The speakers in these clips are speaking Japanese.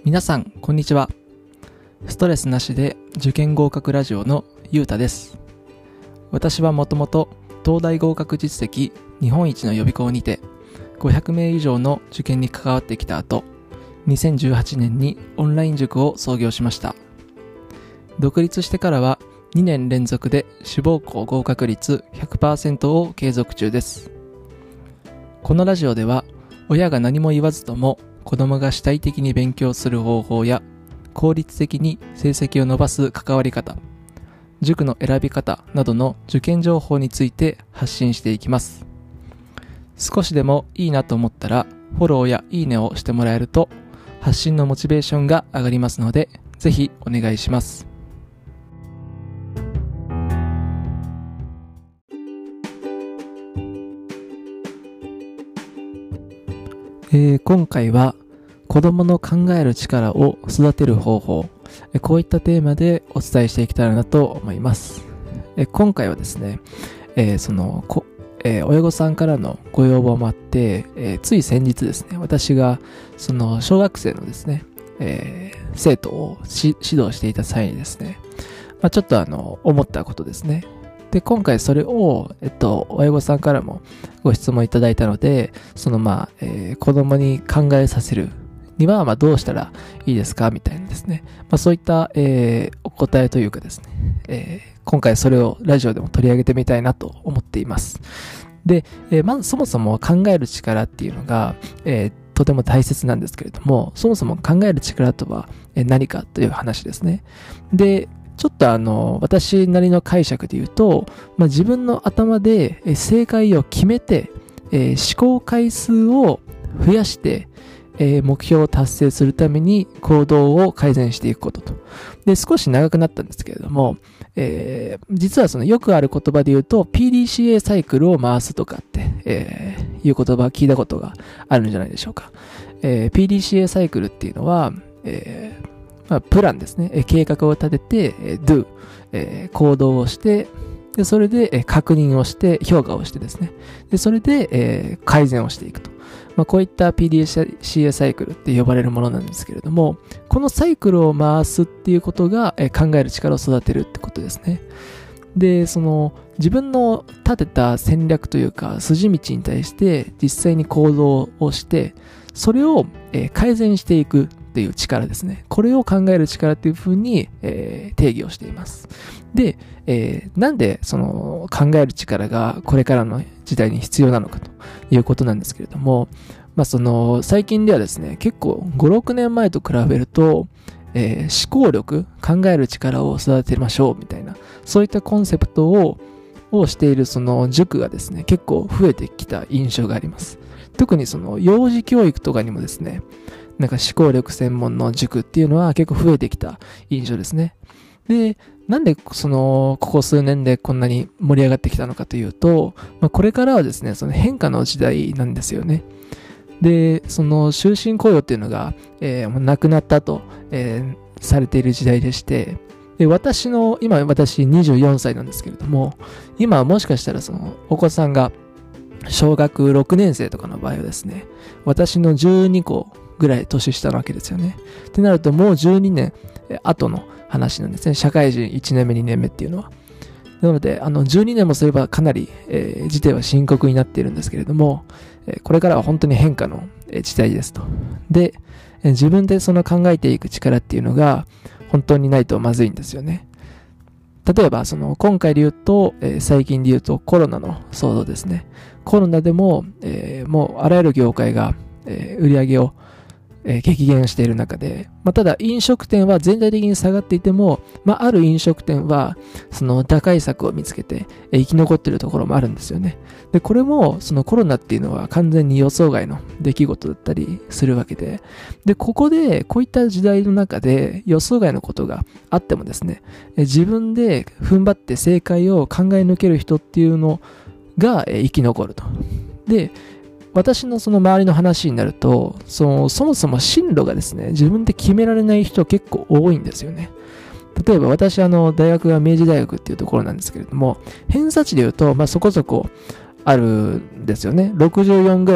皆さんこんにちは。ストレスなしで受験合格ラジオのゆうたです。私はもともと東大合格実績日本一の予備校にて500名以上の受験に関わってきた後、2018年にオンライン塾を創業しました。独立してからは2年連続で志望校合格率 100% を継続中です。このラジオでは親が何も言わずとも子供が主体的に勉強する方法や効率的に成績を伸ばす関わり方、塾の選び方などの受験情報について発信していきます。少しでもいいなと思ったらフォローやいいねをしてもらえると発信のモチベーションが上がりますので、ぜひお願いします。今回は子供の考える力を育てる方法、こういったテーマでお伝えしていけたらなと思います。今回はですね、親御さんからのご要望もあって、つい先日ですね、私がその小学生のですね、生徒を指導していた際にですね、ちょっと思ったことですね。で、今回それを、親御さんからもご質問いただいたので、子供に考えさせるには、どうしたらいいですかみたいなですね。そういった、お答えというかですね、今回それをラジオでも取り上げてみたいなと思っています。で、まずそもそも考える力っていうのが、とても大切なんですけれども、そもそも考える力とは何かという話ですね。で、ちょっと私なりの解釈で言うと、自分の頭で正解を決めて、思考回数を増やして、目標を達成するために行動を改善していくことと。で、少し長くなったんですけれども、実はそのよくある言葉で言うと PDCA サイクルを回すとかって、いう言葉を聞いたことがあるんじゃないでしょうか。PDCA サイクルっていうのは、プランですね。計画を立てて、do、行動をして、で、それで、確認をして、評価をしてですね。で、それで、改善をしていくと。こういった PDCA サイクルって呼ばれるものなんですけれども、このサイクルを回すっていうことが、考える力を育てるってことですね。で、自分の立てた戦略というか、筋道に対して実際に行動をして、それを、改善していくっていう力ですね。これを考える力っていうふうに、定義をしています。で、なんでその考える力がこれからの時代に必要なのかということなんですけれども、最近ではですね、結構5、6年前と比べると、思考力、考える力を育てましょうみたいな、そういったコンセプトをしているその塾がですね、結構増えてきた印象があります。特にその幼児教育とかにもですね、思考力専門の塾っていうのは結構増えてきた印象ですね。で、なんでここ数年でこんなに盛り上がってきたのかというと、これからはですね、その変化の時代なんですよね。で、その終身雇用っていうのが、もうなくなったと、されている時代でして、で、今私24歳なんですけれども、今はもしかしたらそのお子さんが小学6年生とかの場合はですね、私の12個ぐらい年下なわけですよね。ってなるともう12年後の話なんですね。社会人1年目2年目っていうのは。なので12年もすればかなり、事態は深刻になっているんですけれども、これからは本当に変化の時代ですと。で、自分でその考えていく力っていうのが本当にないとまずいんですよね。例えば今回で言うと、最近で言うとコロナの騒動ですね。コロナでも、もうあらゆる業界が、売り上げを激減している中で、ただ飲食店は全体的に下がっていても、ある飲食店はその打開策を見つけて生き残っているところもあるんですよね。で、これもそのコロナっていうのは完全に予想外の出来事だったりするわけで、で、ここでこういった時代の中で予想外のことがあってもですね、自分で踏ん張って正解を考え抜ける人っていうのが生き残ると。で、私のその周りの話になると、そもそも進路がですね、自分で決められない人結構多いんですよね。例えば私大学が明治大学っていうところなんですけれども、偏差値で言うと、そこそこあるんですよね。64ぐらいの、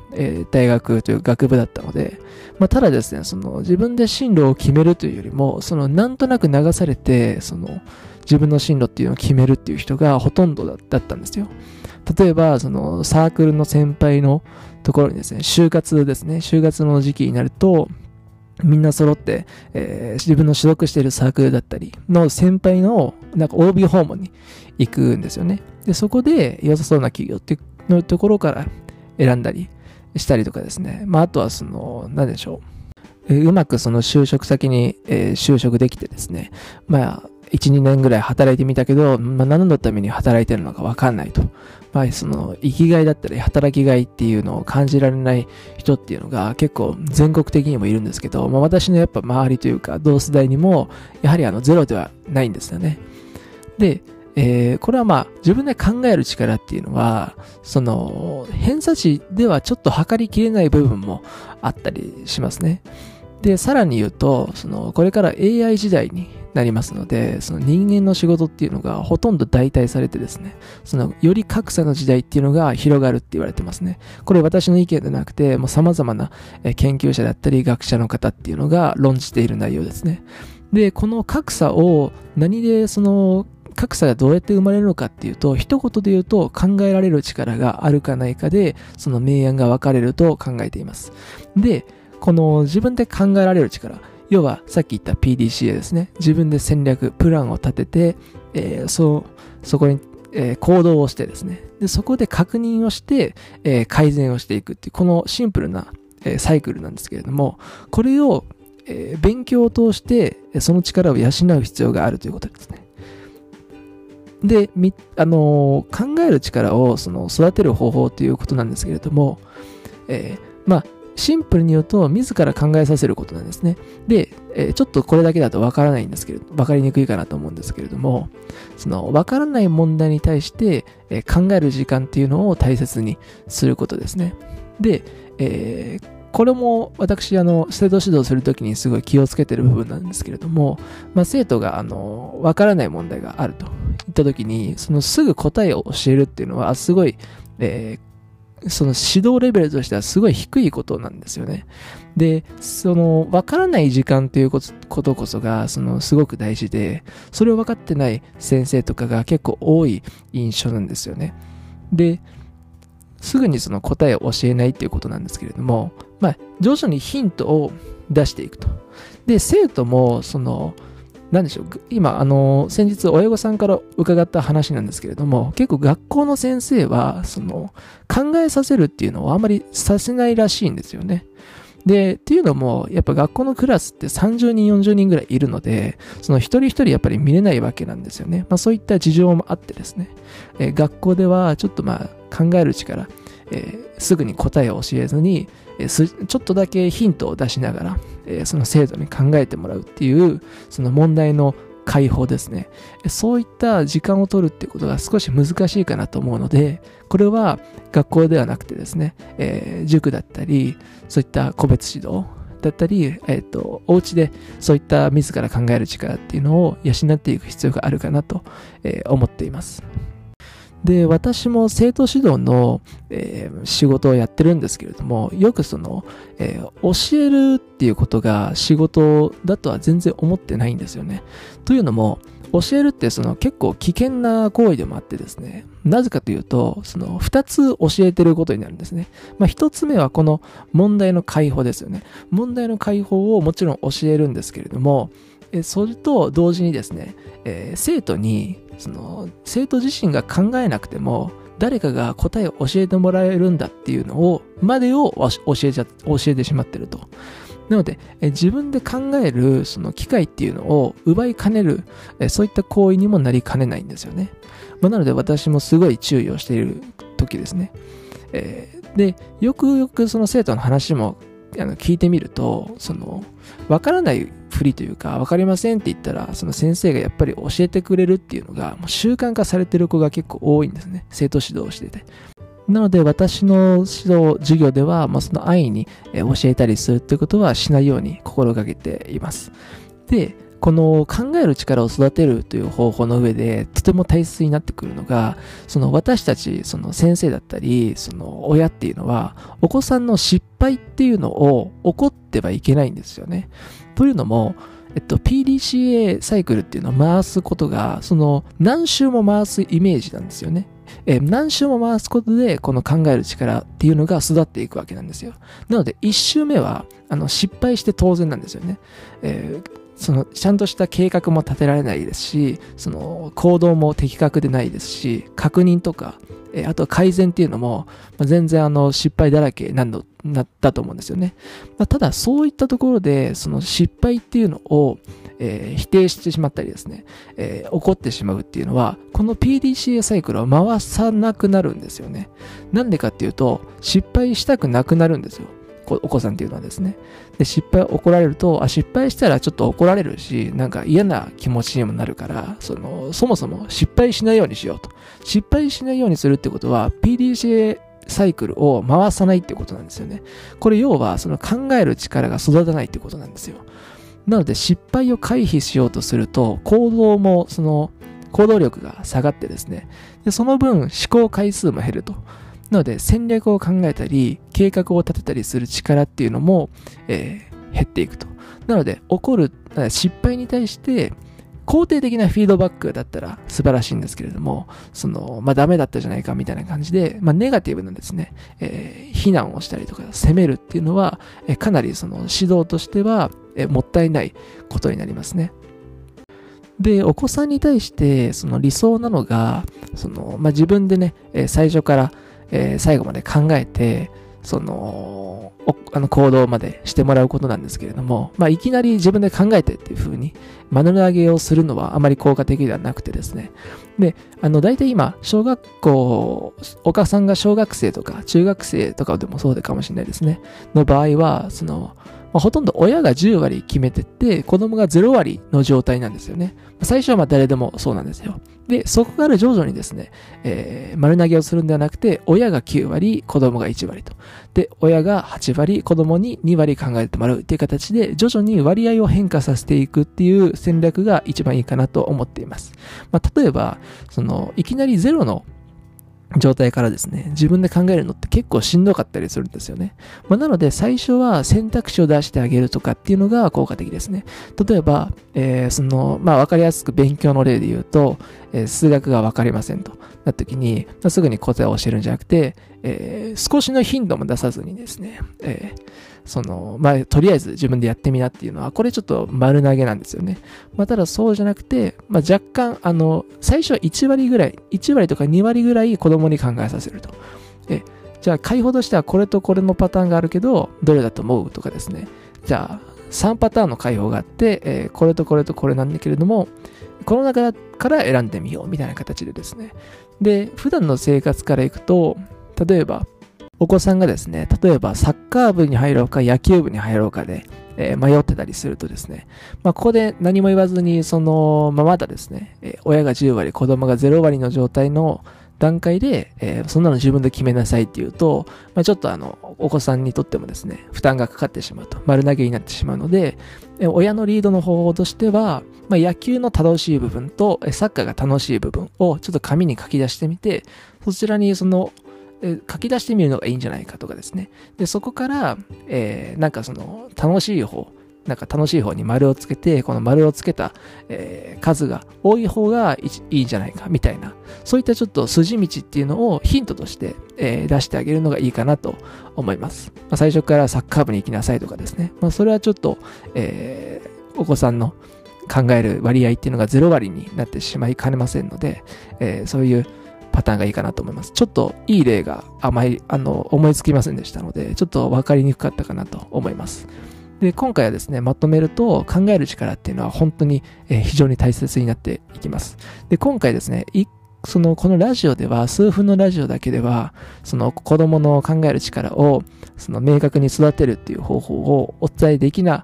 大学という学部だったので、ただですね、自分で進路を決めるというよりも、なんとなく流されて、自分の進路っていうのを決めるっていう人がほとんどだったんですよ。例えば、サークルの先輩のところにですね、就活の時期になると、みんな揃って、自分の所属しているサークルだったりの先輩のOB 訪問に行くんですよね。で、そこで良さそうな企業っていうのところから選んだりしたりとかですね。あとは何でしょう。うまく就職先に、就職できてですね。1、2年ぐらい働いてみたけど、何のために働いてるのかわかんないと。生きがいだったり働きがいっていうのを感じられない人っていうのが結構全国的にもいるんですけど、私のやっぱ周りというか同世代にもやはりゼロではないんですよね。で、これは自分で考える力っていうのは、偏差値ではちょっと測りきれない部分もあったりしますね。で、さらに言うと、これから AI 時代になりますので、人間の仕事っていうのがほとんど代替されてですね、より格差の時代っていうのが広がるって言われてますね。これ私の意見でなくて、もう様々な研究者だったり学者の方っていうのが論じている内容ですね。で、この格差を何で格差がどうやって生まれるのかっていうと、一言で言うと考えられる力があるかないかで、明暗が分かれると考えています。で、この自分で考えられる力、要はさっき言った PDCA ですね。自分で戦略、プランを立てて、そこに、行動をしてですね。で、そこで確認をして、改善をしていくっていう、このシンプルな、サイクルなんですけれども、これを、勉強を通して、その力を養う必要があるということですね。で、考える力を育てる方法ということなんですけれども、シンプルに言うと、自ら考えさせることなんですね。で、ちょっとこれだけだとわからないんですけれど、わかりにくいかなと思うんですけれども、わからない問題に対して、考える時間っていうのを大切にすることですね。で、これも私、生徒指導するときにすごい気をつけてる部分なんですけれども、生徒が、わからない問題があるといったときに、すぐ答えを教えるっていうのは、すごい、指導レベルとしてはすごい低いことなんですよね。で、わからない時間ということこそが、すごく大事で、それを分かってない先生とかが結構多い印象なんですよね。で、すぐに答えを教えないっていうことなんですけれども、徐々にヒントを出していくと。で、生徒も、何でしょう、今、先日親御さんから伺った話なんですけれども、結構学校の先生は、考えさせるっていうのをあんまりさせないらしいんですよね。で、っていうのも、やっぱ学校のクラスって30人、40人ぐらいいるので、一人一人やっぱり見れないわけなんですよね。そういった事情もあってですね、学校ではちょっと考える力、すぐに答えを教えずに、ちょっとだけヒントを出しながら、その生徒に考えてもらうっていう、その問題の解放ですね。そういった時間を取るっていうことが少し難しいかなと思うので、これは学校ではなくてですね、塾だったり、そういった個別指導だったり、お家でそういった自ら考える力っていうのを養っていく必要があるかなと、思っています。で、私も生徒指導の、仕事をやってるんですけれども、よく教えるっていうことが仕事だとは全然思ってないんですよね。というのも、教えるって結構危険な行為でもあってですね、なぜかというと、二つ教えてることになるんですね。一つ目はこの問題の解放ですよね。問題の解放をもちろん教えるんですけれども、それと同時にですね、生徒に生徒自身が考えなくても誰かが答えを教えてもらえるんだっていうのを教えてしまってると。なので、自分で考えるその機会っていうのを奪いかねる、そういった行為にもなりかねないんですよね。なので私もすごい注意をしている時ですね。で、よくよくその生徒の話も聞いてみると、わからないふりというか、わかりませんって言ったら、その先生がやっぱり教えてくれるっていうのが、もう習慣化されてる子が結構多いんですね。生徒指導をしてて。なので、私の授業では、その安易に教えたりするってことはしないように心がけています。で、 この考える力を育てるという方法の上でとても大切になってくるのが、その私たち、その先生だったり、その親っていうのは、お子さんの失敗っていうのを起こってはいけないんですよね。というのも、PDCA サイクルっていうのを回すことが、その何周も回すイメージなんですよね。何周も回すことで、この考える力っていうのが育っていくわけなんですよ。なので、1周目は、失敗して当然なんですよね。そのちゃんとした計画も立てられないですし、その行動も的確でないですし、確認とか、あとは改善っていうのも、全然失敗だらけだと思うんですよね。ただそういったところで、その失敗っていうのを、否定してしまったりですね、起こってしまうっていうのは、この PDCA サイクルを回さなくなるんですよね。なんでかっていうと、失敗したくなくなるんですよ。お子さんっていうのはですね。で、失敗怒られると、失敗したらちょっと怒られるし、なんか嫌な気持ちにもなるから、そもそも失敗しないようにしようと。失敗しないようにするってことは、PDCA サイクルを回さないってことなんですよね。これ要は、その考える力が育たないってことなんですよ。なので、失敗を回避しようとすると、行動力が下がってですね。で、その分、思考回数も減ると。なので戦略を考えたり計画を立てたりする力っていうのも、減っていくと。なので起こる失敗に対して肯定的なフィードバックだったら素晴らしいんですけれども、ダメだったじゃないかみたいな感じで、ネガティブなですね、非難をしたりとか責めるっていうのは、かなりその指導としては、もったいないことになりますね。で、お子さんに対してその理想なのが、自分でね、最初から最後まで考えて、行動までしてもらうことなんですけれども、いきなり自分で考えてっていう風に丸投げをするのはあまり効果的ではなくてですね。で、大体今、お母さんが小学生とか中学生とかでもそうかもしれないですね。の場合は、ほとんど親が10割決めてって、子供が0割の状態なんですよね。最初は誰でもそうなんですよ。で、そこから徐々にですね、丸投げをするんではなくて、親が9割、子供が1割と。で、親が8割、子供に2割考えてもらうっていう形で、徐々に割合を変化させていくっていう戦略が一番いいかなと思っています。例えば、いきなり0の状態からですね、自分で考えるのって結構しんどかったりするんですよね。なので最初は選択肢を出してあげるとかっていうのが効果的ですね。例えば、わかりやすく勉強の例で言うと、数学がわかりませんとなった時に、すぐに答えを教えるんじゃなくて、少しのヒントも出さずにですね、とりあえず自分でやってみなっていうのは、これちょっと丸投げなんですよね。ただそうじゃなくて、若干、最初は1割ぐらい、1割とか2割ぐらい子供に考えさせると。じゃあ、解法としてはこれとこれのパターンがあるけど、どれだと思うとかですね。じゃあ、3パターンの解法があって、これとこれとこれなんだけれども、この中から選んでみようみたいな形でですね。で、普段の生活からいくと、例えば、お子さんがですね、例えばサッカー部に入ろうか野球部に入ろうかで、迷ってたりするとですね、ここで何も言わずに、まだですね、親が10割、子供が0割の状態の段階で、そんなの自分で決めなさいっていうと、ちょっとお子さんにとってもですね、負担がかかってしまうと、丸投げになってしまうので、親のリードの方法としては、野球の楽しい部分とサッカーが楽しい部分をちょっと紙に書き出してみて、そちらに書き出してみるのがいいんじゃないかとかですね。で、そこから、楽しい方に丸をつけて、この丸をつけた、数が多い方がいいんじゃないかみたいな、そういったちょっと筋道っていうのをヒントとして、出してあげるのがいいかなと思います。最初からサッカー部に行きなさいとかですね。それはちょっと、お子さんの考える割合っていうのが0割になってしまいかねませんので、そういうパターンがいいかなと思います。ちょっといい例が思いつきませんでしたので、ちょっと分かりにくかったかなと思います。で、今回はですね、まとめると考える力っていうのは本当に非常に大切になっていきます。で、今回ですね、このラジオでは、数分のラジオだけでは、子供の考える力を明確に育てるっていう方法をお伝えできな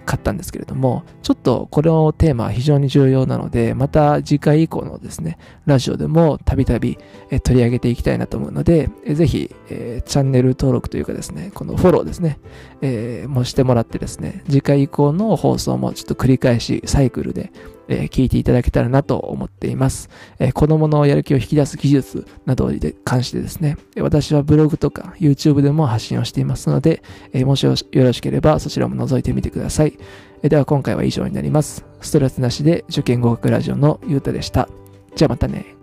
買ったんですけれども、ちょっとこのテーマは非常に重要なので、また次回以降のですね、ラジオでもたびたび取り上げていきたいなと思うので、ぜひ、チャンネル登録というかですね、このフォローですね、もしてもらってですね、次回以降の放送もちょっと繰り返しサイクルで、聞いていただけたらなと思っています。子供のやる気を引き出す技術などに関してですね、私はブログとか YouTube でも発信をしていますので、もしよろしければそちらも覗いてみてください。では今回は以上になります。ストレスなしで受験合格ラジオのゆうたでした。じゃあまたね。